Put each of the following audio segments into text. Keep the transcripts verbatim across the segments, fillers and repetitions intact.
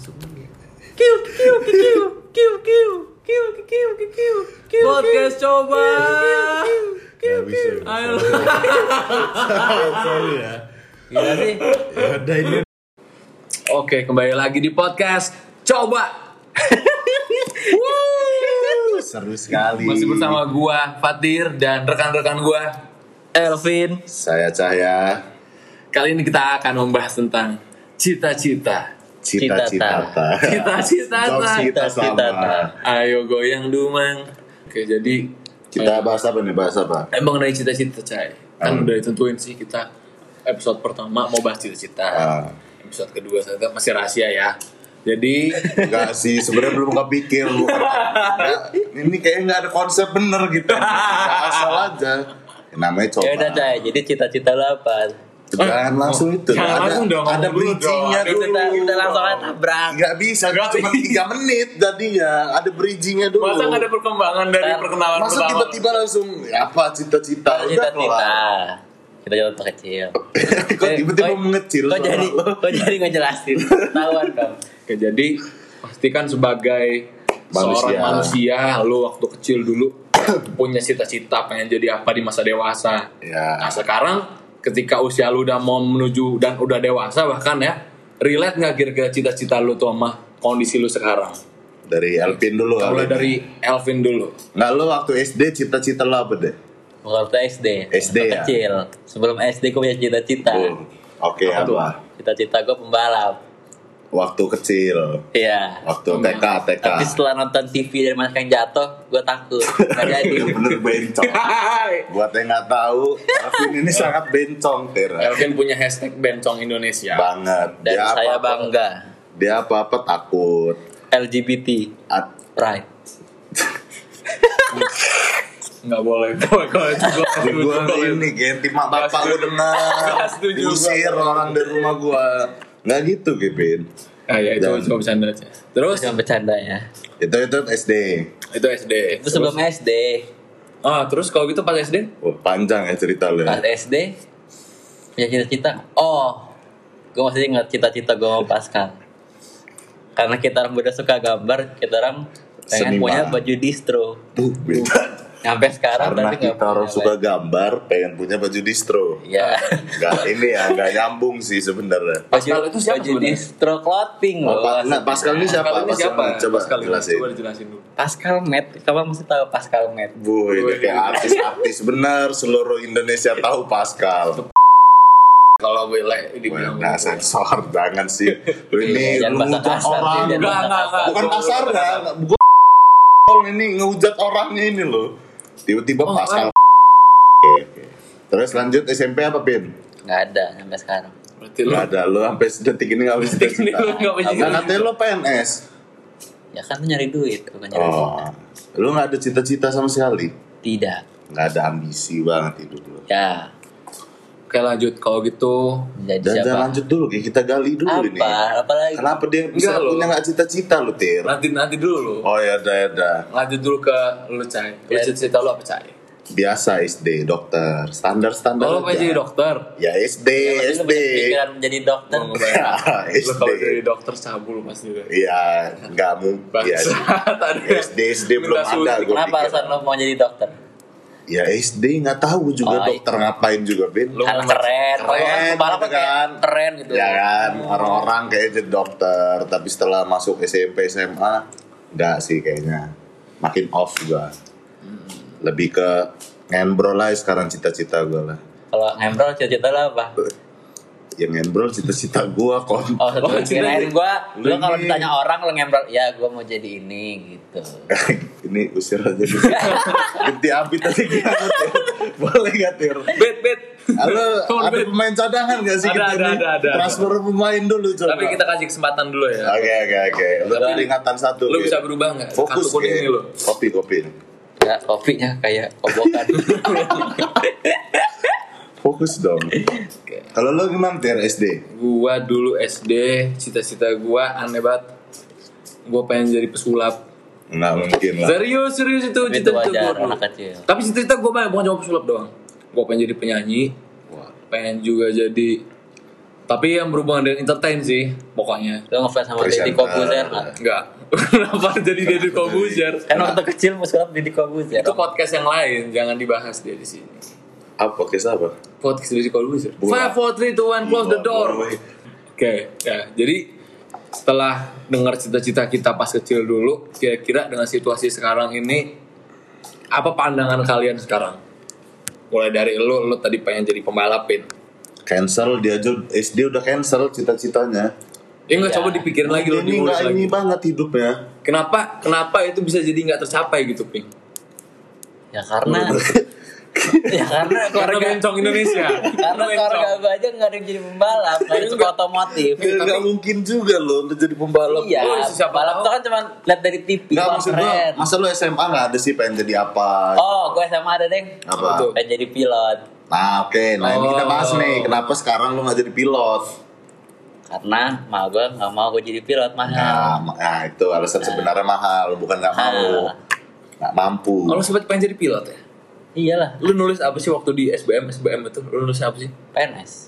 masuk lagi. Kiu kiu kiu kiu kiu kiu kiu kiu kiu podcast coba. Gak bisa. Ayo. Sorry ya. Gila sih. Ya udah ini. Oke, kembali lagi di podcast coba. Seru sekali. Masih bersama gua Fatir dan rekan-rekan gua Elvin. Saya Cahya. Kali ini kita akan membahas tentang cita-cita. Cita-cita. Cita-cita. Jokes kita sama. Ayo goyang dumang. Oke, jadi Kita bahas apa nih? Bahas apa? emang dari cita-cita, Cay. Kan Hmm. udah ditentuin sih kita episode pertama mau bahas cita-cita. Ah. Episode kedua saya masih rahasia ya. Jadi Enggak sih, sebenarnya belum kepikir. Bukan. Nggak, ini kayaknya nggak ada konsep bener gitu. Nggak asal aja. Namanya coba. Ya udah Cay, jadi cita-cita lo apa? Jangan langsung itu. Jangan ada, langsung dong, ada ngomong dulu bridgingnya dong. dulu. Kita udah langsung aja tabrak. Nggak bisa, Nggak cuma bisa. tiga menit jadinya. Ada bridgingnya dulu. masa nggak ada perkembangan dari Ntar, perkenalan Masa pertama? tiba-tiba langsung apa cita-cita? Udah Cita-cita. kelar. Cita-cita waktu kecil. Kok tiba-tiba Kok- mengecil? Kok jadi kok jadi ngejelasin? Ketahuan dong. Oke, jadi pastikan sebagai Manusia. seorang manusia, lu waktu kecil dulu punya cita-cita pengen jadi apa di masa dewasa. Ya. Nah sekarang ketika usia lu udah mau menuju dan udah dewasa bahkan ya, relate nggak kira-kira cita-cita lu tuh sama kondisi lu sekarang? Dari Alvin dulu. Mulai Alvin. dari Elvin dulu. Nggak, lo waktu S D cita-cita lo apa deh? Waktu S D. S D waktu ya? kecil. Sebelum S D gue punya cita-cita. Oh, Oke, Apa tuh? apa? Cita-cita gue pembalap. Waktu kecil. Iya. Waktu T K, T K. Tapi setelah nonton T V dari Mas Kang jatuh, gue takut. Gak jadi. Bener bencong. Buat yang nggak tahu, Alvin ini sangat bencong, Ter. Elvin punya hashtag bencong Indonesia. Banget. Dan Dia saya apa-apa- bangga. Dia apa-apa takut. L G B T At- Pride. Nggak boleh. Gue Gua ini ganti mak bapak lu dengar. Nggak setuju Diusir gua. orang dari rumah gua. Nggak gitu, Kevin. Ah ya itu Dan- cuma bercanda aja. Terus Cuma bercanda ya. Itu itu S D. itu S D. Itu sebelum S D. Ah terus kalau gitu pas S D? Oh, panjang ya cerita lu. Pas Ya. S D punya cita-cita. Oh, gue masih ingat cita-cita gue mau Pascal. Karena kita orang udah suka gambar, kita orang pengen Seniman. punya baju distro. Tuh, beda. Sampai sekarang Karena tapi nggak kita orang punya suka baju. gambar, pengen punya baju distro. Iya. Nggak ini ya, nggak nyambung sih sebenarnya. Pascal itu siapa baju sebenarnya? distro clothing Oh, loh. Pa- nah, Pascal ini siapa? Pascal ini Pascal siapa? coba Pascal ini, jelasin. Coba dijelasin dulu. Pascal Met, kamu mesti tahu Pascal Met. Bu, itu kayak artis-artis benar, seluruh Indonesia tahu Pascal. Kalau boleh Wah, dibilang nggak sensor, jangan sih. Lu ini Jangan lu bahasa ngehujat kasar, orang. jangan Enggak, bahasa enggak, kasar. enggak. Bukan kasar ya, gue ini ngehujat orangnya ini loh. Tiba-tiba Oh, Pascal. Terus lanjut S M P apa, Pin? Nggak ada sampai sekarang. Berarti lu Gak ada, lu sampai detik ini gak bisa ini cita. lu nggak punya Kan katanya lu P N S. Ya kan tuh nyari duit, bukan nyari Oh, cita. lu gak ada cita-cita sama sekali? Tidak. Gak ada ambisi banget hidup lu. Ya, Oke lanjut kalau gitu. jadi Dan siapa? jangan lanjut dulu, Ki. Kita gali dulu ini. Apa? Apalagi? Kenapa dia bisa Enggak, punya loh. gak cita-cita lu, Tir? Nanti nanti dulu lu. Oh ya udah ya udah. Lanjut dulu ke lu Cay. Lu Ya. cita-cita lu apa Cay? Biasa S D, dokter. Standar-standar Oh, lu pengen aja. jadi dokter. Ya S D, Ya, S lu D. punya pikiran menjadi dokter. Mau ngebayang. Lu S D. kalau jadi dokter cabul pasti deh. Iya, nggak mungkin. Ya, Tadi S D S D belum Minta ada. suntik. Gua Kenapa pikir. alasan lo mau jadi dokter? Ya S D nggak tahu juga Oh, dokter ngapain juga, Ben. Lu Karena mau- keren, keren pembalap gitu kayak kan. keren gitu. Ya kan, orang-orang kayak jadi dokter, tapi setelah masuk S M P S M A enggak sih kayaknya. Makin off juga. Lebih ke ngembrol lah sekarang cita-cita gue lah. Kalau ngembrol cita-cita lo apa? Yang ngembrol cita-cita gue kon. Oh, satu Oh, kirain gua, Lu lo kalau ini- ditanya orang lo ngembrol, ya gua mau jadi ini gitu. Ini usir aja dulu. Ganti api tadi gimana Tir? Boleh gak Tir? Bet bet. Halo, Come on, ada Bet. pemain cadangan gak sih Ada, kita ada, nih? ada, ada. Transfer pemain dulu coba. Tapi kita kasih kesempatan dulu ya. Oke oke oke. Lu Tapi peringatan satu. Lu Tir. bisa berubah nggak? Fokus Kartu kuning Tir. ini lu. Kopi kopi. Ya, kopinya kayak kobokan. Fokus dong. Kalau lu gimana Tir S D? Gua dulu S D, cita-cita gua aneh banget. Gua pengen jadi pesulap. Nggak mungkin lah. Serius, serius itu Tapi itu cita-cita wajar, gua dulu. anak kecil. Tapi cita-cita gua banyak, bukan cuma pesulap doang. Gua pengen jadi penyanyi. Wah. Pengen juga jadi Tapi yang berhubungan dengan entertain sih pokoknya. Lo ngefans sama Presenter. Deddy Corbuzier nggak? Enggak. Kenapa jadi Deddy Corbuzier? Kan waktu kecil musuh Deddy Corbuzier. Itu podcast yang lain, jangan dibahas dia di sini. Apa podcast apa? Podcast Deddy Corbuzier. Bukan. Five, four, three, two, one, close the door. Oke, okay, ya. Jadi setelah dengar cita-cita kita pas kecil dulu, kira-kira dengan situasi sekarang ini, apa pandangan kalian sekarang? Mulai dari lu, lu tadi pengen jadi pembalapin. Cancel dia aja S D udah cancel cita-citanya. Ya nggak Ya. coba dipikirin lagi lo, Ini diurus nggak lagi. ini banget hidupnya. Kenapa, kenapa itu bisa jadi nggak tercapai gitu, Ping? Ya karena ya karena Karena keluarga bencong Indonesia. karena keluarga gue aja nggak ada yang jadi pembalap, nggak ada suka otomotif. Nggak mungkin juga loh untuk jadi pembalap. Iya, Oh, siapa balap tahu. tuh kan cuma lihat dari T V. Nggak wah, maksud gua, keren. masa lu S M A nggak ada sih pengen jadi apa? Oh, gue S M A ada deng. Apa? tuh? Pengen jadi pilot. Nah oke, nah ini kita bahas Oh. nih kenapa sekarang lu nggak jadi pilot? Karena mah gue nggak mau gue jadi pilot Nah, mahal. ma- nah itu alasan sebenarnya mahal, bukan nggak mau, Ah. nggak mampu. Kalau sempat pengen jadi pilot ya? Iyalah, Lu nulis apa sih waktu di S B M S B M itu? Lu nulis apa sih? P N S.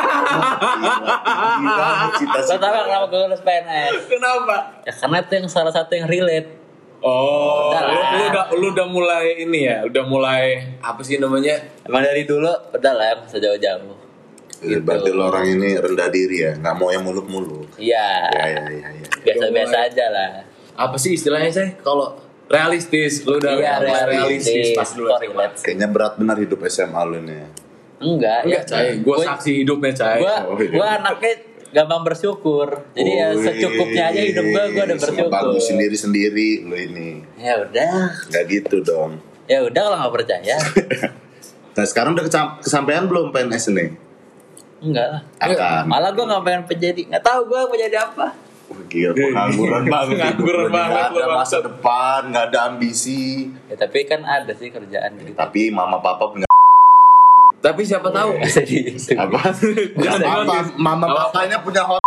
Gila, Lo cita-cita. tau gak kenapa gue lulus P N S? Kenapa? Ya karena itu yang salah satu yang relate. Oh, Udah lu, lah. lu udah lu udah mulai ini ya, udah mulai apa sih namanya? Emang dari dulu udah lah, nggak usah jauh-jauh. Ya, berarti lo orang ini rendah diri ya, nggak mau yang muluk-muluk. Iya, Ya ya ya ya. biasa-biasa Udah mulai. aja lah. Apa sih istilahnya sih? Kalau realistis, lu udah Iya, mulai realistis. realistis pas dulu Kok S M A. relate? Kayaknya berat benar hidup S M A lu ini. ya. Enggak, Enggak, Cai. Gua Gua- saksi hidupnya, Cai. Gua, Oh, iya. gua anaknya gampang bersyukur. Jadi ya Wih, secukupnya aja hidup gua, gua udah bersyukur. Bagus sendiri-sendiri lu ini. Ya udah, Nggak gitu dong. ya udah kalau nggak percaya, Nah sekarang udah kesam- kesampaian belum P N S ini? enggak lah. Akan. Malah gua nggak pengen menjadi, nggak tahu gua mau jadi apa. Wah, gila pengangguran banget. Pengangguran hidup lu. banget Nggak ada lu, masa bangsat. depan, nggak ada ambisi. Ya tapi kan ada sih kerjaan gitu. Tapi mama papa punya Tapi siapa tahu? Nggak usah di- apa? Jangan Mama, diulis. mama Apa? papanya punya hot.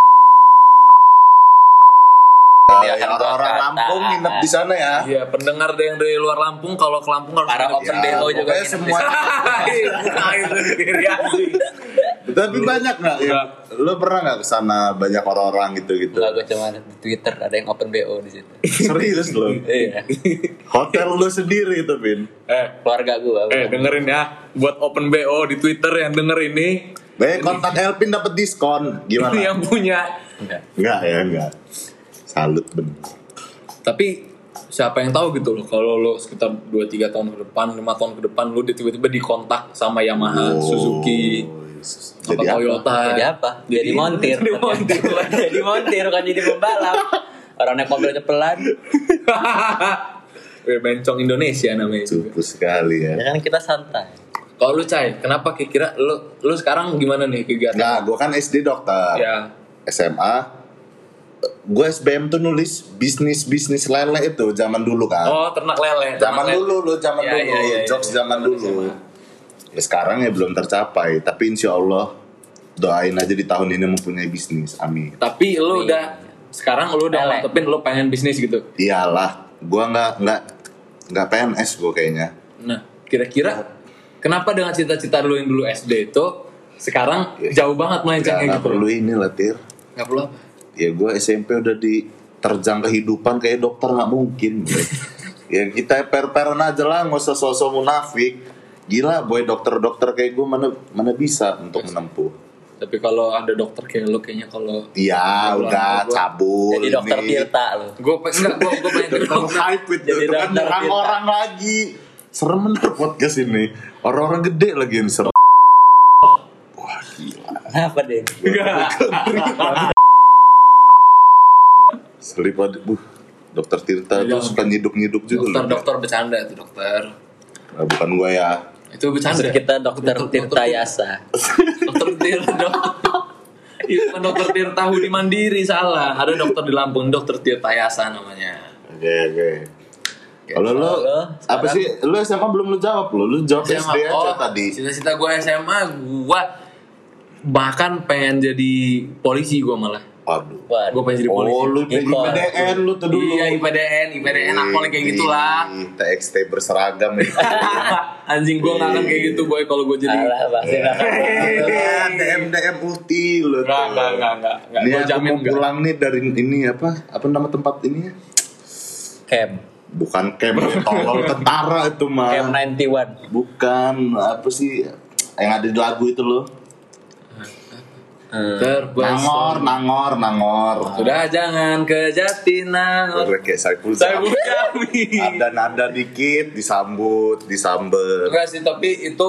Dia yang akan orang-orang berkata. Lampung nginep di sana ya. Iya, pendengar ada yang dari luar Lampung, kalau ke Lampung harus Para nginep. open Ya, B O juga pokoknya nginep di semua. sana. Nah, itu sendiri anjing. Tapi banyak nggak? Ya, lo pernah nggak kesana banyak orang-orang gitu-gitu? Enggak, gua cuma di Twitter ada yang open B O di situ. Serius lo? Iya. Hotel lo sendiri itu Bin. Eh, Keluarga gua. eh dengerin ya, buat open B O di Twitter yang denger ini, Baik kontak Elpin dapat diskon. Gimana? ini yang punya. Enggak. Enggak ya enggak. Salut Ben. Tapi siapa yang tahu gitu loh, kalau lo sekitar dua tiga tahun ke depan, lima tahun ke depan lo tiba-tiba dikontak sama Yamaha, Oh, Suzuki, Jadi apa apa? Toyota. Jadi apa? Jadi, montir. Jadi montir. Jadi montir bukan jadi pembalap. Orang naik mobilnya pelan. Eh, Bencong Indonesia namanya juga. Cukup sekali ya. Ya kan kita santai. Kalau lu Cai, kenapa kira-kira lu lu sekarang gimana nih kegiatan? Nah, gue kan S D dokter. Ya. S M A gue S B M tuh nulis bisnis-bisnis lele itu zaman dulu kan. Oh, ternak lele. Zaman ternak lele. dulu lo, zaman Ya, dulu, ya, ya, ya, jokes ya. zaman dulu. Ya sekarang ya belum tercapai, tapi insya Allah doain aja di tahun ini mempunyai bisnis, amin. Tapi lu Amin. udah sekarang lu udah Lele. mantepin lu pengen bisnis gitu. Iyalah, gua nggak nggak nggak P N S gue kayaknya. Nah, kira-kira kenapa dengan cita-cita lu yang dulu S D itu sekarang jauh banget Nggak melencengnya nggak gitu? perlu ini lah Tir. Nggak perlu apa? Ya gue S M P udah diterjang kehidupan kayak dokter nggak mungkin. Bro. Ya kita per-peran aja lah, nggak usah sosok munafik. Gila, boy dokter-dokter kayak gue mana mana bisa untuk menempuh. Tapi kalau ada dokter kayak lu kayaknya kalau Iya, Kalau udah gua- cabul. Jadi dokter ini. Tirta lu. gue enggak gue gue pengen jadi Dokter dokter. hype itu, Jadi itu kan dokter nyerang Tirta. orang lagi. Serem bener podcast ini. Orang-orang gede lagi yang serem. Wah gila. Kenapa deh? Selip aja. Buh. Dokter Tirta tuh Jangan. suka nyiduk-nyiduk juga. Dokter loh. dokter bercanda itu dokter. Nah, bukan gue ya. Itu bercanda. Maksud kita dokter Tirta Yasa. Dokter Tirta dokter. Itu kan dokter Tirta Hudi Mandiri salah. Ada dokter di Lampung, dokter Tirta Yasa namanya. Oke oke. Kalau lo Kalau apa sih? Lo S M A belum lo jawab lo. Lo jawab S D aja Oh, tadi. cita-cita gue S M A gue bahkan pengen jadi polisi gue malah. Aduh. Waduh. Gue pengen jadi polisi. Oh, lu di I P D N lu tuh dulu. Iya, I P D N, I P D N apa kayak gitulah. T X T berseragam nih. Anjing gue gak akan kayak gitu boy kalau gue jadi. Alah, pasti nggak akan gitu. D M D M ulti lu. Enggak, enggak, enggak, enggak. Enggak, Ini gue aku jamin mau enggak. pulang nih dari ini apa? Apa nama tempat ini ya? Camp. Bukan camp, tolol tentara itu mah. Camp sembilan puluh satu. Bukan, apa sih yang ada di lagu itu loh. Hmm. Nangor, Nangor, Nangor. Sudah jangan ke Jatinangor. Udah kayak Saiful Saya Jamil. Jamil. Ada nada dikit, disambut, disamber. Enggak sih, tapi itu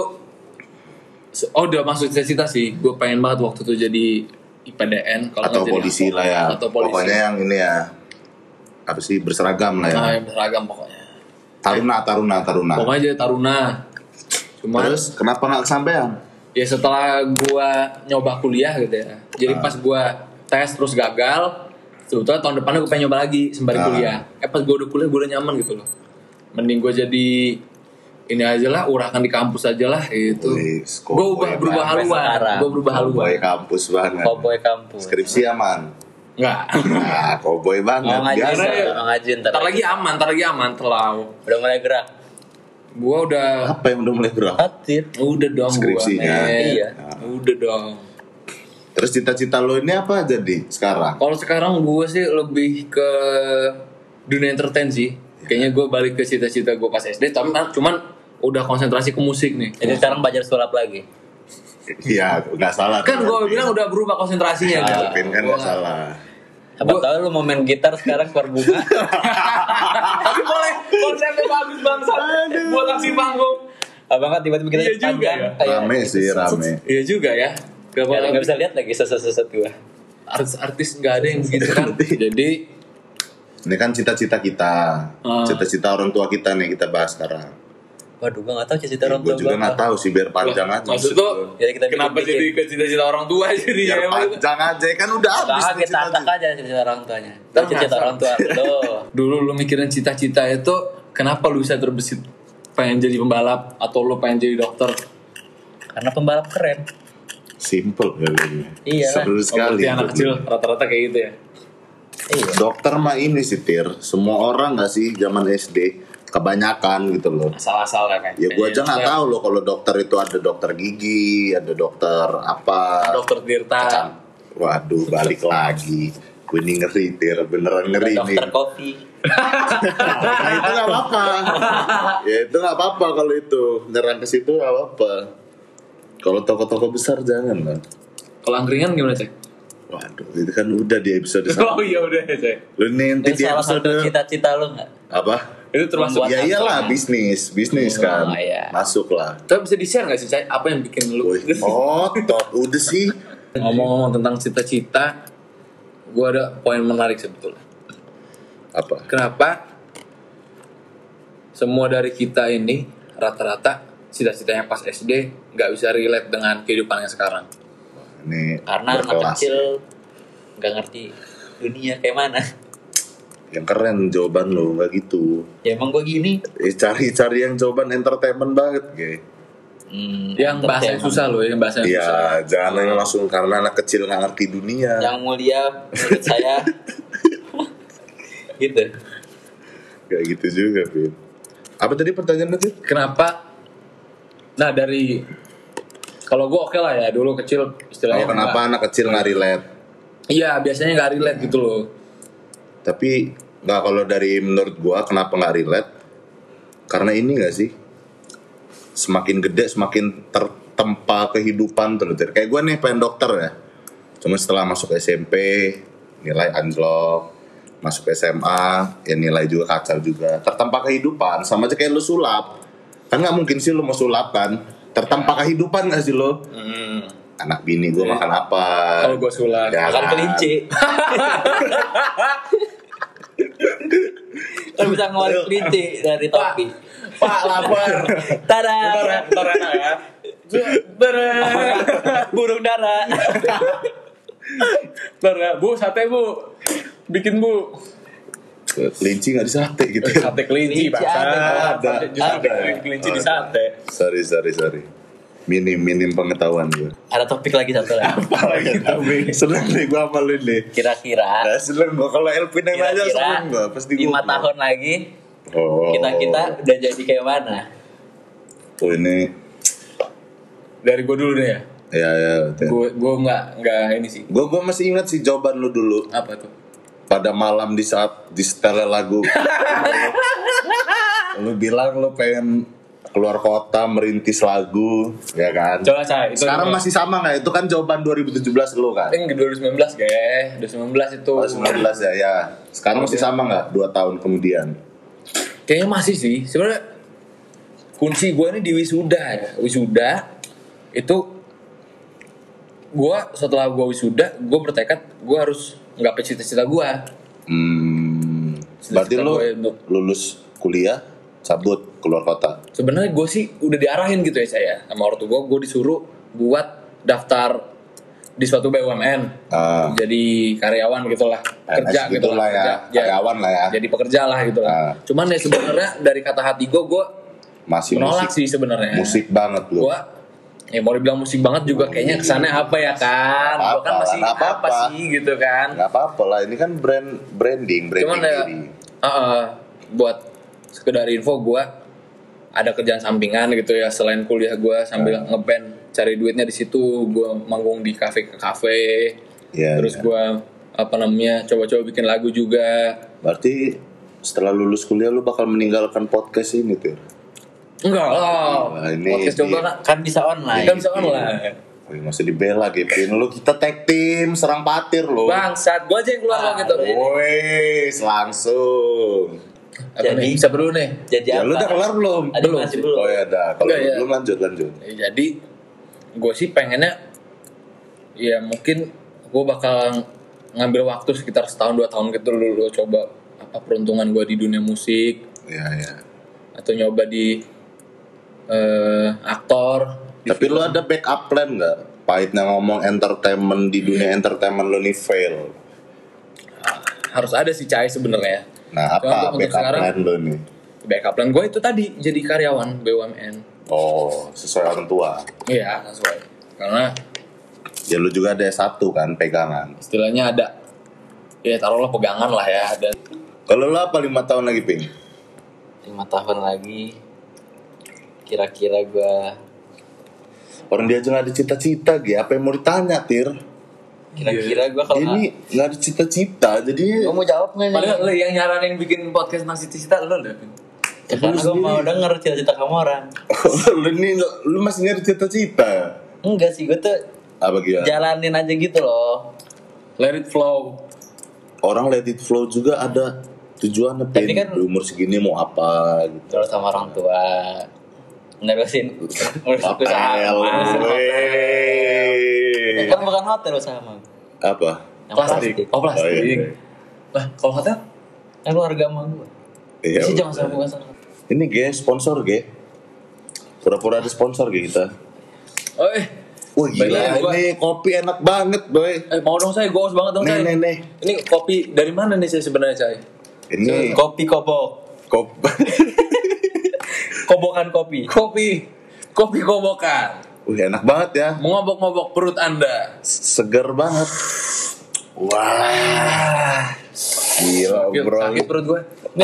oh udah masuk cita-cita sih. Gue pengen banget waktu itu jadi I P D N kalau Atau nggak jadi polisi apa. lah ya. Atau polisi. Pokoknya yang ini ya. Apa sih berseragam lah ya. Nah, yang berseragam pokoknya. Taruna, Taruna, Taruna. Pokoknya jadi taruna. Cuma Terus kenapa nggak kesampean? ya setelah gua nyoba kuliah gitu ya. Jadi Ah. pas gua tes terus gagal, sebetulnya tahun depannya gua pengen nyoba lagi sembari Ah. kuliah. Eh pas gua udah kuliah gua udah nyaman gitu loh. Mending gua jadi ini aja lah, urakan di kampus aja lah gitu. Wih, Gua ubah cowboy berubah sampai haluan. sekarang. Gua berubah haluan. Cowboy kampus banget. Cowboy kampus. Skripsi aman. Enggak. Nah, cowboy banget. Mau ngaji, Biasa. Biasa. mau ngaji ntar. Ntar lagi aman, ntar lagi aman terlalu. Udah mulai gerak. Gua udah Apa yang udah mulai gerak? Hatir. udah dong Skripsinya. gua. men. Iya. Udah dong. Terus cita-cita lo ini apa jadi sekarang? Kalau sekarang gue sih lebih ke dunia entertain sih. Kayaknya gue balik ke cita-cita gue pas S D, tapi kan cuman udah konsentrasi ke musik nih. Jadi sekarang belajar sulap lagi. Iya, nggak salah. Kan gue bilang udah berubah konsentrasinya gitu. Alvin kan Gua nggak salah. Apa Gua- tahu lu mau main gitar sekarang keluar bunga. Tapi boleh konsepnya bagus bangsat. Buat aksi panggung. Abang kan tiba-tiba kita Iya juga panjang, ya. kayak Rame sih, rame. Iya juga ya. Nggak Kenapa nggak bisa lihat lagi seset-seset gua. artis-artis nggak ada yang begitu kan? Jadi Ini kan cita-cita kita, Ah. cita-cita orang tua kita nih kita bahas sekarang. Waduh, gua nggak tahu cita-cita orang Gue tua juga gua nggak apa. tahu sih biar panjang aja. maksud maksud tuh gua. Jadi kita kenapa bikin-bikin. jadi ke cita-cita orang tua jadi Biar ya? panjang aja kan udah habis. Nah, nih kita atak cita-cita. aja cita-cita orang tuanya. Tahu cita-cita orang tua lo. Dulu lu mikirin cita-cita itu kenapa lu bisa terbesit pengen jadi pembalap atau lu pengen jadi dokter? Karena pembalap keren. Simple ya ini. Iya lah. Seru Oh, sekali. berarti anak kecil rata-rata kayak gitu ya. Iya. Dokter mah ini sih Tir, semua orang nggak sih zaman S D kebanyakan gitu loh. Asal-asal ya kayak. Ya gue aja nggak Kayaknya. tahu loh kalau dokter itu ada dokter gigi, ada dokter apa. Dokter Tirta. Kecam- Waduh, balik lagi. Gue ini ngeri Tir, beneran ngeri nih. Dokter kopi. Nah itu nggak apa-apa. Ya itu nggak apa-apa kalau itu nyerang ke situ nggak apa-apa. Kalau toko-toko besar jangan lah. Kalau angkringan gimana cek? Waduh, itu kan udah di episode Oh satu. iya udah cek. Lu nih nanti Itu di salah episode satu cita-cita lo nggak? apa? Itu termasuk. Membuat Ya iyalah apa? bisnis, bisnis Oh, kan. iya. Masuk lah. Tapi bisa di share nggak sih cek? Apa yang bikin lu? Wih, oh, top udah sih. Ngomong-ngomong tentang cita-cita, gue ada poin menarik sebetulnya. Apa? Kenapa semua dari kita ini rata-rata cita-citanya pas S D nggak bisa relate dengan kehidupan yang sekarang? Ini Karena anak berkelas. kecil nggak ngerti dunia kayak mana. Yang keren jawaban lo, nggak gitu. Ya emang gue gini. Eh, cari-cari yang jawaban entertainment banget, kayak. Hmm, Yang bahasa yang susah loh, yang bahasa yang susah. Iya, jangan yang langsung karena anak kecil nggak ngerti dunia. Yang mulia menurut saya gitu. Kayak gitu juga, Pin. Apa tadi pertanyaannya sih? Kenapa? Nah dari kalau gue oke lah ya, dulu kecil istilahnya Oh, kenapa nggak- anak kecil nggak relate? Iya biasanya nggak relate gitu loh. Tapi nggak, kalau dari menurut gua kenapa nggak relate? Karena ini nggak sih, semakin gede semakin tertempa kehidupan terus. Kayak gua nih pengen dokter ya, cuma setelah masuk S M P nilai anjlok, masuk S M A ya nilai juga kacau juga. Tertempa kehidupan sama aja kayak lu sulap. Kan nggak mungkin sih lu mau sulap kan? Tertempa kehidupan nggak sih lu? Hmm. Anak bini gua makan apa? Kalau gue sulap, Ya. Makan kelinci. Kan bisa ngeluarin kelinci dari topi. Pak lapar. Tada. Bentar enak ya. Bentar Burung dara. Bentar ya. Bu sate bu. Bikin bu. Kelinci nggak di sate gitu. Sate kelinci Kelinci bangsa. ada, ada, Justru ada. kelinci di sate. Sorry, sorry, sorry. Minim minim pengetahuan gue. Ada topik lagi satu lagi. Apalagi tapi seneng nih gue hafalin nih. Kira-kira Nah, seneng gue kalau Elvin yang nanya kira-kira seneng gue pasti gue. lima tahun lagi Oh. kita-kita udah jadi kayak mana? Oh ini Dari gue dulu deh ya. ya ya. Gue gue nggak nggak ini sih. Gue gue masih ingat sih jawaban lu dulu. Apa tuh? Pada malam di saat di setel lagu. Lu bilang lu pengen keluar kota merintis lagu, ya kan? Coba Cai. Itu Sekarang itu. masih sama nggak? Itu kan jawaban dua ribu tujuh belas lu kan? Eh, dua ribu sembilan belas kayak dua ribu sembilan belas itu. Oh, sembilan belas ya, ya. Sekarang masih sama nggak? Dua tahun kemudian. Kayaknya masih sih. Sebenarnya kunci gue ini di wisuda ya. Wisuda itu gue setelah gue wisuda, gue bertekad gue harus nggapai cita-cita gue. Hmm. Berarti Cita-cita lu gue untuk- lulus kuliah, cabut keluar kota. Sebenarnya gue sih udah diarahin gitu ya saya sama ortu gue. Gue disuruh buat daftar di suatu B U M N. Ah. Jadi karyawan gitulah, kerja P N S gitu gitulah ya, kerja. karyawan lah ya. Jadi pekerja lah gitu lah. Ah. Cuman ya sebenarnya dari kata hati gue, gue Masih menolak musik. sih sebenarnya. Musik banget lu. Gue ya mau dibilang musik banget juga kayaknya kesannya apa ya kan? Gue kan Apa-apa, masih nggak apa, apa-apa. sih gitu kan? Nggak apa-apa lah, ini kan brand branding, branding Cuman ya, diri. uh, uh, buat sekedar info gue ada kerjaan sampingan gitu ya selain kuliah gue sambil Hmm. ngeband cari duitnya di situ. Gue manggung di kafe ke kafe, Iya, terus iya. gue apa namanya coba-coba bikin lagu juga. Berarti setelah lulus kuliah lu bakal meninggalkan podcast ini tuh. Enggak lah, Wah, ini podcast coba dia. kan Kan bisa online. kan bisa online. Wih, masih dibela Gepin. Lu kita tag team serang patir lu. Bangsat, gue aja yang keluar lo Ah, gitu. Wih, langsung. Apa Jadi- nih? Siapa dulu nih? Jadi Ya apa? lu udah kelar belum? Ada Belum. masih belum. Oh ya dah. Kalau Enggak, ya. belum lanjut lanjut. Ya, jadi gue sih pengennya ya mungkin gue bakal ngambil waktu sekitar setahun dua tahun gitu dulu coba apa peruntungan gue di dunia musik Iya ya. atau nyoba di eh, aktor. Tapi lu ada backup plan nggak? Pahitnya ngomong entertainment di dunia entertainment lu nih fail. Harus ada sih Cai sebenarnya. Nah Cuma apa untuk- untuk backup sekarang- plan lu nih? Backup plan gue itu tadi jadi karyawan B U M N. Oh sesuai orang tua. Iya sesuai. Karena Ya lu juga ada S satu kan pegangan. istilahnya ada ya taruhlah pegangan lah ya ada. Kalau lu apa lima tahun lagi Ping? Lima tahun lagi kira-kira gua Orang dia aja nggak ada cita-cita, Gi. Apa yang mau ditanya, Tir? kira-kira gua kalau Ini nggak ada cita-cita, jadi gua mau jawab nggak nih? Padahal lo yang nyaranin bikin podcast tentang cita-cita lo deh. Ya, karena gua mau denger cita-cita kamu orang. lu ini lu, lu masih nyari cita-cita. Enggak sih, gua tuh Apa gimana? jalanin aja gitu loh. Let it flow. Orang let it flow juga ada tujuannya, Tapi Pin. kan- Di umur segini mau apa gitu. Terus sama orang tua nerusin ngurus usaha Hotel, Mas. wey. Kan bukan hotel usaha mah. Apa? Yang Plastik. plastik. Oh plastik. Oh, iya. Lah kalau hotel? Kan keluarga mah gua. Iya, Sih jangan udah. sama bukan sama. Ini Ge, sponsor Ge. Pura-pura ada sponsor Ge kita. Oh eh. Wah gila, Bener, gua- ini kopi enak banget, boy. Eh mau dong saya, gue haus banget dong Nih, saya. nih, nih. Ini kopi dari mana nih saya sebenarnya saya? Ini Kopi kobok. kopi. Kobokan kopi. Kopi, kopi kobokan, Wih, enak banget ya. mengobok-ngobok perut anda. Seger banget. Wah. Gila, Sakit, bro. sakit perut gue.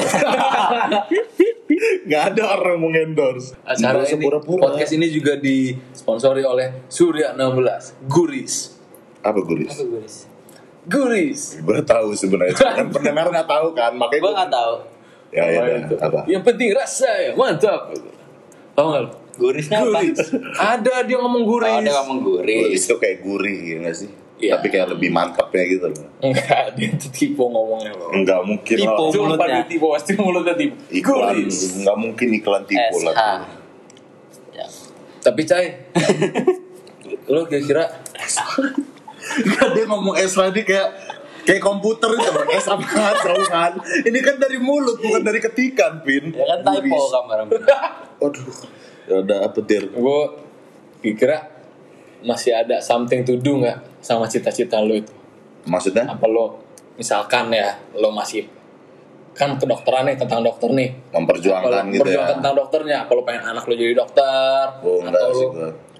Gak ada orang mau endorse. Acara Nggak usah ini, pura-pura. podcast ini juga disponsori oleh Surya enam belas, Guris, Apa guris? Guris. Gue tahu sebenarnya. Kan pendengar nggak tahu kan, makanya Gua nggak tahu. Ya ya Apa dah. itu? Apa? Yang penting rasa ya, mantap. Tahu nggak? lo? Gurisnya apa? Guris. Ada dia ngomong Oh, guris. ada ngomong guris. Guris itu kayak gurih ya nggak sih? Iya. Tapi kayak lebih mantapnya gitu loh. Enggak, dia tuh tipe ngomongnya loh. Enggak mungkin Tipu. lah. Sumpah mulutnya. dia tipe, pasti mulutnya tipe. Iklan, Guris. nggak mungkin iklan tipu S H. lah. Ya. Tapi Cai, lo kira-kira Kan dia ngomong S tadi kayak kayak komputer itu S sama H kan. Ini kan dari mulut bukan dari ketikan, Pin. Ya kan typo Guris. kamar. Waduh. Ya udah apa Tir? gue kira masih ada something to do nggak sama cita-cita lo itu? Maksudnya? Apa lo misalkan ya lo masih kan kedokteran nih tentang dokter nih, Memperjuangkan Apa lo gitu berjuang ya. tentang dokternya, apa lo pengen anak lo jadi dokter Oh, enggak atau sih lo gua.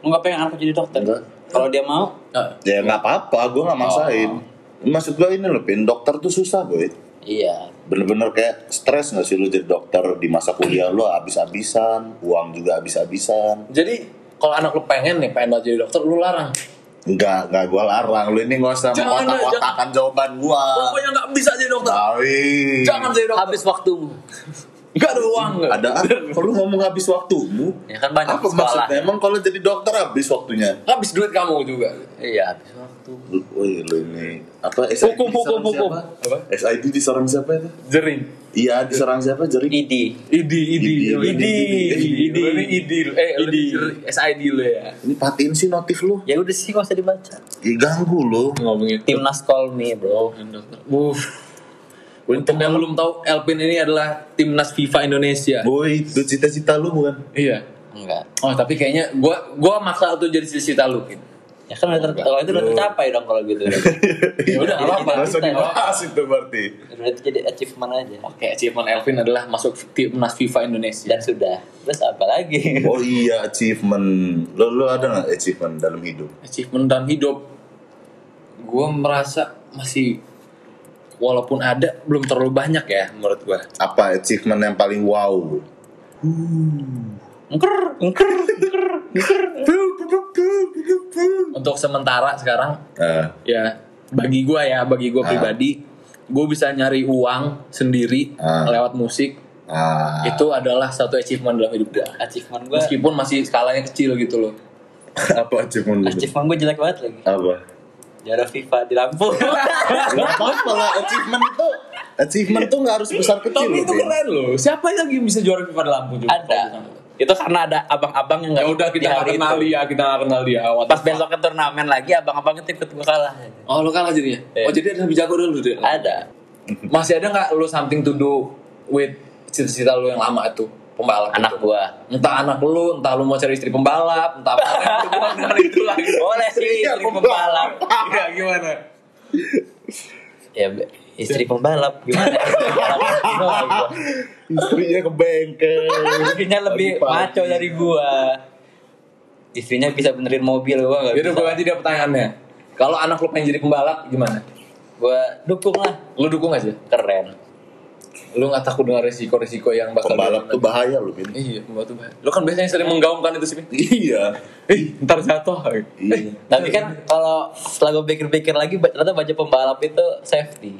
Enggak pengen anak jadi dokter. Kalau dia mau, Ya nggak apa-apa, gue nggak maksain. Oh. Maksud gue ini loh, Pin, dokter tuh susah boy. iya. Bener-bener kayak stres nggak sih lu jadi dokter di masa kuliah lu habis-habisan, uang juga habis-habisan. Jadi kalau anak lu pengen nih pengen banget jadi dokter, lu larang. Enggak, enggak gue larang. Lu ini nggak usah Jangan, mengotak-otakan jawaban gua. Pokoknya nggak bisa jadi dokter. Tawi. Jangan jadi dokter. Habis waktumu. Nggak ada uang. Nggak. Ada kalau ngomong habis waktumu. Ya kan banyak Apa sekolah. maksudnya? Emang kalau jadi dokter habis waktunya? Habis duit kamu juga. Iya, habis waktu. Wih, lu ini apa? S I D Hukum, hukum, diserang hukum. siapa? Apa? S I D diserang siapa itu? Jering. Iya, diserang siapa? Jering. Idi. Idi, idi, Idi, idi, idi, idi, lu ini idi, lu. eh, lu Idi. ini S I D lu ya. Ini patiin sih notif lu. Ya udah sih, gak usah dibaca. Ih, ganggu lu. Ngomongin Timnas Call Me, bro. Wuh. Untuk yang belum tahu, Elpin ini adalah timnas FIFA Indonesia. Boy, itu cita-cita lu bukan? Iya. Enggak. Oh, tapi kayaknya gua gua maksa tuh jadi cita-cita lu, Pin. Ya kan udah ter- kalau itu udah tercapai dong kalau gitu. Ya udah, Jadi apa-apa. cita-cita Langsung dong. dibahas itu berarti. Udah itu jadi achievement aja. Oke, achievement Elvin adalah masuk timnas FIFA Indonesia. Dan sudah. Terus apa lagi? Oh iya, achievement. Lo lo ada nggak achievement dalam hidup? Achievement dalam hidup, gua merasa masih, walaupun ada, belum terlalu banyak ya menurut gua. Apa achievement yang paling wow? Ngker, ngker, ngker, ngker. Untuk sementara sekarang, Eh, ya bagi gua ya, bagi gua Ah. pribadi, gua bisa nyari uang sendiri Ah. lewat musik. ah, Itu adalah satu achievement dalam hidup gua. Achievement gue, Meskipun masih skalanya kecil gitu loh. apa achievement lu? achievement gue jelek banget lagi. Apa? Juara FIFA di Lampung. Gak apa-apa lah, achievement itu achievement tuh nggak harus besar kecil Tapi loh, itu Pin. keren loh. Siapa lagi yang bisa juara FIFA di Lampung juga? Ada. Itu karena ada abang-abang yang Ya nggak udah, kita di nggak hari kenal itu. dia, kita nggak kenal dia. What the Pas fuck? besok ke turnamen lagi, abang-abang itu ikut gue kalah. Oh, lu kalah jadinya? Iya. Oh, jadi ada lebih jago dulu deh. Ada. Masih ada nggak lu something to do with cita-cita lu yang lama itu, pembalap Anak itu? gua. Entah anak lu, entah lu mau cari istri pembalap, entah apa yang berhubungan dengan itu lagi. Boleh sih Iya, istri pembalap. Iya, gimana? Ya be- istri pembalap gimana? Gimana gua? Istrinya ke bengkel. Istrinya lebih maco dari gua. Istrinya bisa benerin mobil, gua nggak Jadi bisa. gue ganti dia pertanyaannya. Kalau anak lu pengen jadi pembalap, gimana? Gua dukung lah. Lu dukung gak sih? Keren. Lu gak takut dengan resiko-resiko yang bakal Pembalap tuh bahaya loh, Pin. Iya, pembalap tuh bahaya. Lu kan biasanya sering menggaungkan itu sih, Pin. Iya. Eh, ntar jatuh. Iya. Tapi kan kalau setelah gue pikir-pikir lagi, ternyata baju pembalap itu safety.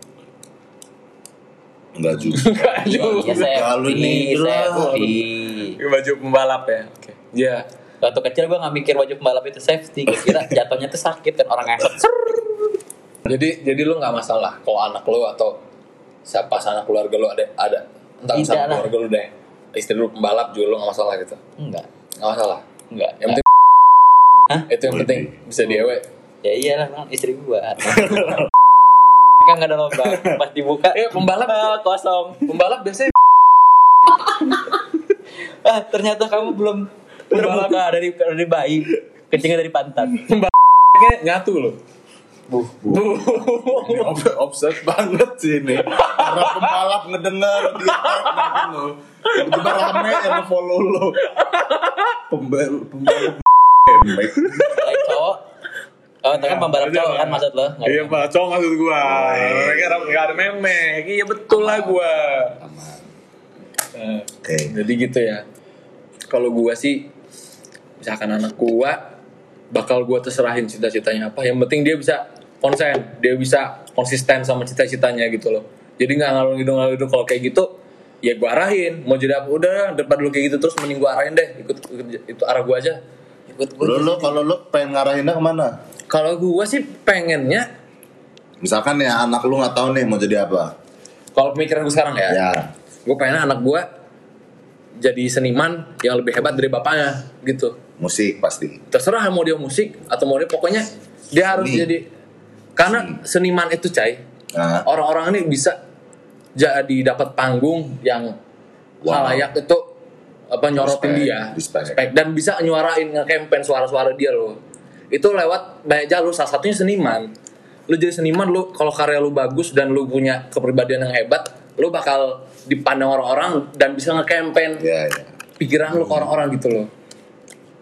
Enggak juga. Enggak Iya juga. Kalau safety, nih, safety. Baju pembalap ya. Oke. Iya. Waktu kecil gue nggak mikir baju pembalap itu safety. Gue kira jatuhnya tuh sakit kan orang ngesot. Jadi jadi lu nggak masalah kalau anak lu atau siapa sanak keluarga lu ada ada entah Tidak sama lah. keluarga lu deh. Istri lu pembalap juga lu nggak masalah gitu. Enggak, Nggak masalah. enggak. Yang penting Hah? itu yang penting bisa diewe. Ya iyalah kan istri gua. Kan nggak ada lomba. Pas dibuka, Eh, pembalap ah, kosong. pembalap biasanya Ah, ternyata kamu belum terbuka dari dari bayi. Kencingnya dari pantat. kayak nyatu loh. Buh. Ini ob- offset banget sih ini. Karena pembalap ngedengar di tag lo. Tiba-tiba rame yang nge-follow lo. Pembalap pembalap emek. Kayak cowok. Oh, itu kan pembalap cowok kan maksud lo? Nggak Iya ada. pak, cowok maksud gua. Mereka nggak ada memek. Iya betul lah gua. Nah, Oke. jadi gitu ya. Kalau gua sih, misalkan anak gua bakal gua terserahin cita-citanya apa. Yang penting dia bisa konsen, dia bisa konsisten sama cita-citanya gitu loh. Jadi nggak ngalur ngidul ngalur ngidul. Kalau kayak gitu, ya gua arahin. Mau jadi apa? Udah daripada lu kayak gitu terus mending gua arahin deh. Ikut, ikut itu arah gua aja. Ikut gua. Lo lo kalau lo pengen ngarahinnya kemana? Kalau gua sih pengennya, Misalkan ya anak lu nggak tahu nih mau jadi apa. kalau pemikiran gua sekarang ya, Ya. gue pengen anak gue jadi seniman yang lebih hebat dari bapaknya gitu. Musik pasti. Terserah mau dia musik atau mau dia, pokoknya dia harus Seni. jadi, karena seniman itu cai, Nah, orang-orang ini bisa jadi dapat panggung yang Wow. halayak itu apa nyorotin Respect, dia, respect. Respect. Dan bisa nyuarain nge-campaign suara-suara dia loh. Itu lewat banyak jalur, salah satunya seniman. Lu jadi seniman, lu kalau karya lu bagus dan lu punya kepribadian yang hebat, lu bakal dipandang orang-orang dan bisa nge-campaign ya ya. pikiran lu ke orang-orang gitu loh.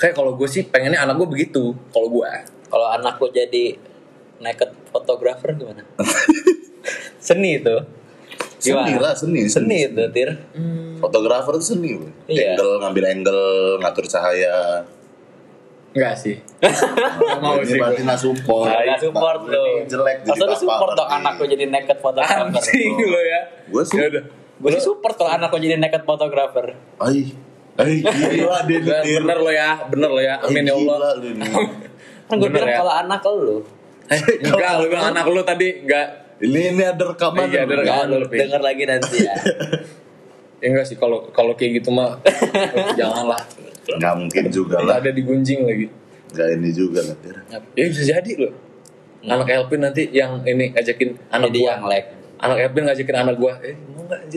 Kayak kalau gue sih pengennya anak gue begitu. Kalau gue, Kalau anakku jadi naked photographer gimana? Seni itu. Seni lah, seni, Seni itu, Tir. Fotografer itu seni, bro. Iya. Angle, ngambil angle, ngatur cahaya. enggak sih. Mau ini berarti nggak support. Nggak support Ini lo. jelek jadi Masa lu bapak support dong berarti. anakku jadi naked photographer? Anjing lo ya. Gue sih. Ya udah. Gue sih support kalau anakku jadi naked photographer. Ay, ay gila dia Bener, nyetir. bener lo ya, bener lo ya. Amin ya Allah. Gila lu nih. Kan gue Bener bilang ya? kalau anak lu. Enggak, lu bilang anak lu tadi enggak. Ini ini ada rekaman. Iya, ada lu. rekaman. Enggak, lu denger lagi nanti ya. Ya enggak sih kalau kalau kayak gitu mah janganlah. Nggak mungkin juga Nggak lah. ada digunjing lagi. Nggak ini juga lah. Tir. Ya bisa jadi loh. Anak Elvin nanti yang ini ngajakin anak Jadi gua. yang like. Anak Elvin ngajakin anak gua. Eh, mau enggak anjir?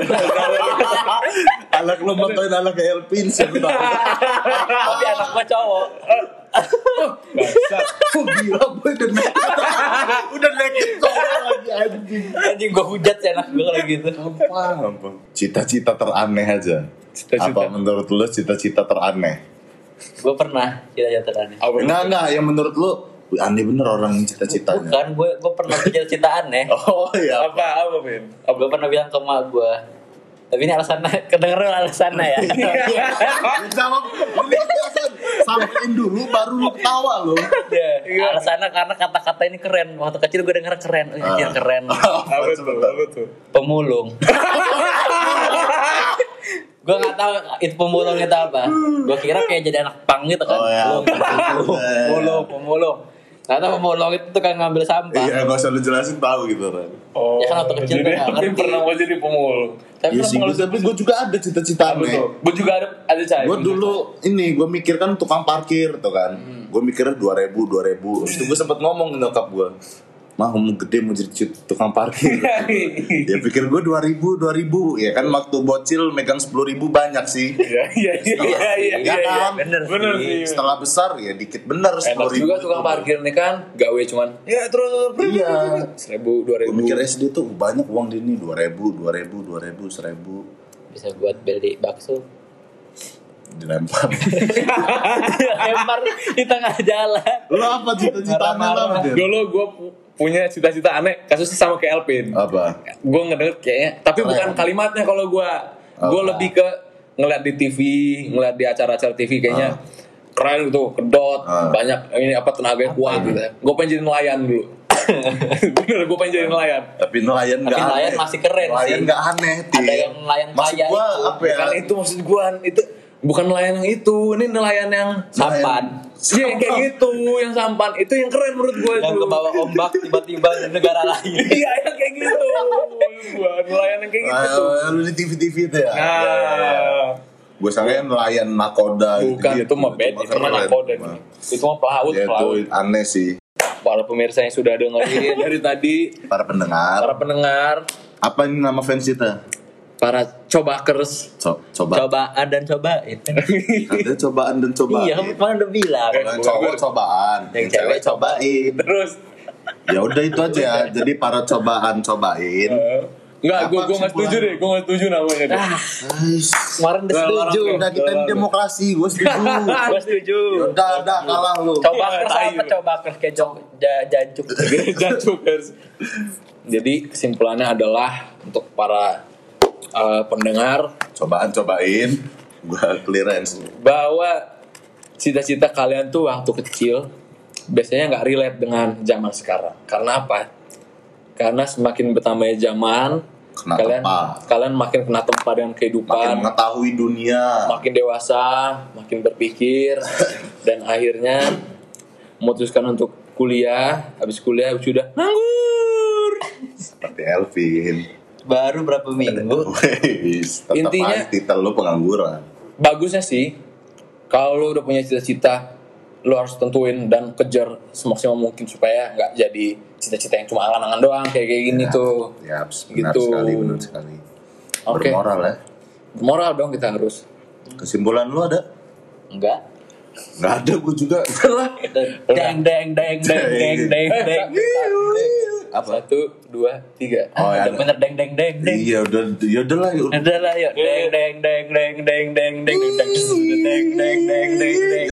Anak lu motoin anak Elvin siapa tahu. Tapi anak gua cowok. Bangsat. Oh gila gue udah naked. Udah naked cowok lagi anjing. Anjing gua hujat sih anak gua kalau gitu. Apa? Cita-cita teraneh aja. Cita-cita. Apa menurut lu cita-cita teraneh? Gua pernah cita-cita aneh. Apa? Enggak enggak, yang menurut lu wih, aneh bener orang yang cita-citanya. Bukan, gue gue pernah cita-cita aneh. Oh iya. Apa apa, Vin? Gue pernah bilang ke emak gue. Tapi ini alasannya, kedengeran alasannya ya. Jawab. Ini alasan. Sampein dulu baru lu ketawa lu. Ya, alasannya karena kata-kata ini keren. Waktu kecil gue denger keren. Oh, anjir keren. Apa tuh? Apa tuh? Pemulung. Gue gak tahu itu pemulung itu apa. Gue kira kayak jadi anak pang gitu kan. Oh, ya. Pemulung, pemulung, pemulung. Ternyata pemulung itu tuh kan ngambil sampah. Iya, gak usah lu jelasin tahu gitu kan. Oh. Ya kan waktu kecil jadi gue nggak Elvin ngerti. pernah mau jadi pemulung. Tapi Iya kan sih, pemulung- tapi gue juga ada cita-cita Apa aneh. tuh? Gue juga ada ada cahaya. Gue dulu ini gue mikir kan tukang parkir tuh kan. Hmm. Gue mikirnya dua ribu dua ribu. Terus itu gue sempet ngomong ke nyokap gue. Mah mau gede mau jadi cut- tukang parkir. Ya pikir gue dua ribu dua ribu. Ya kan waktu bocil megang sepuluh ribu banyak sih. Iya iya iya iya iya. Iya kan? Bener Bener sih. sih. Setelah besar ya dikit bener Enak sepuluh ribu. juga tukang parkir nih kan, gawe cuman ya terus Iya. seribu dua Gue ribu. mikir S D tuh banyak uang di ini dua ribu dua ribu dua ribu seribu Bisa buat beli bakso. dilempar. Lempar di tengah jalan. Lo apa cita-citanya lo? Dir? Dulu gue punya cita-cita aneh, kasusnya sama kayak Elvin. Apa? Gue ngedenger kayaknya, tapi Keren. bukan kalimatnya kalau gue, gue Apa? lebih ke ngeliat di T V, ngeliat di acara-acara T V kayaknya keren gitu, kedot, Ah. banyak ini apa tenaganya kuat gitu. Gue pengen jadi nelayan dulu. Bener, gue pengen jadi nelayan. Tapi nelayan Tapi nggak aneh. nelayan masih keren Nelayan sih. nggak aneh. Tim. Ada yang nelayan Maksud kaya gua itu. apa ya? Bukan itu maksud gue, itu bukan nelayan yang itu, ini nelayan yang Sampan. Iya yang kayak gitu, yang sampan itu yang keren menurut gue Yang itu. ke bawah ombak tiba-tiba di negara lain. Iya yang kayak gitu, gue nelayan yang kayak gitu. Ah, lu di T V T V itu ya? Nah, Iya, iya, iya. Gue sangka nelayan nakoda bukan gitu. itu mah beda, itu mah nakoda nih. Itu mah pelaut, Ya itu pelaut. aneh sih. Para pemirsa yang sudah dengerin dari tadi, Para pendengar. para pendengar, Apa ini nama fans kita? para cobakers. Co- coba. Cobaan dan cobain. Ada cobaan dan cobaan. Iya, kamu kemarin udah bilang. Kalau yang cowok cobaan, Yang yang cewek cewek cobain. Terus, Ya udah itu aja. Jadi para cobaan cobain. enggak, gue Apa gue nggak setuju kesimpulan? deh, gue nggak setuju namanya. deh. Ah, Ais. kemarin udah Nah, setuju. orang- Udah kita ini demokrasi, gue setuju. Gue setuju. Ya udah, udah kalah lu. Cobakers Tai apa lu. cobakers kayak jok ja- jancuk. Jancukers. Jadi kesimpulannya adalah untuk para uh, pendengar Cobaan cobain. Gue clearance. bahwa cita-cita kalian tuh waktu kecil biasanya nggak relate dengan zaman sekarang. Karena apa? Karena semakin bertambahnya zaman, Kena kalian tempa. kalian makin kena tempa dengan Makin kehidupan, mengetahui dunia. makin dewasa, makin berpikir, dan akhirnya memutuskan untuk kuliah. Habis kuliah sudah nganggur. Seperti Elvin. Baru berapa minggu? Wis, tetap Intinya- aja titel lu pengangguran. Bagusnya sih kalau lu udah punya cita-cita, lu harus tentuin dan kejar semaksimal mungkin supaya nggak jadi cita-cita yang cuma angan-angan doang kayak kayak gini tuh. Ya, benar Gitu. sekali, benar sekali. Oke. Bermoral ya. Moral dong kita harus. Kesimpulan lu ada? Enggak. Nggak ada, gue juga. Deng deng deng deng deng deng deng. Apa? Satu, dua, tiga. Oh ya. Udah bener deng deng deng deng. Iya udah, ya udah lah. Udah lah yuk. Deng deng deng deng deng deng deng deng deng deng deng deng deng deng.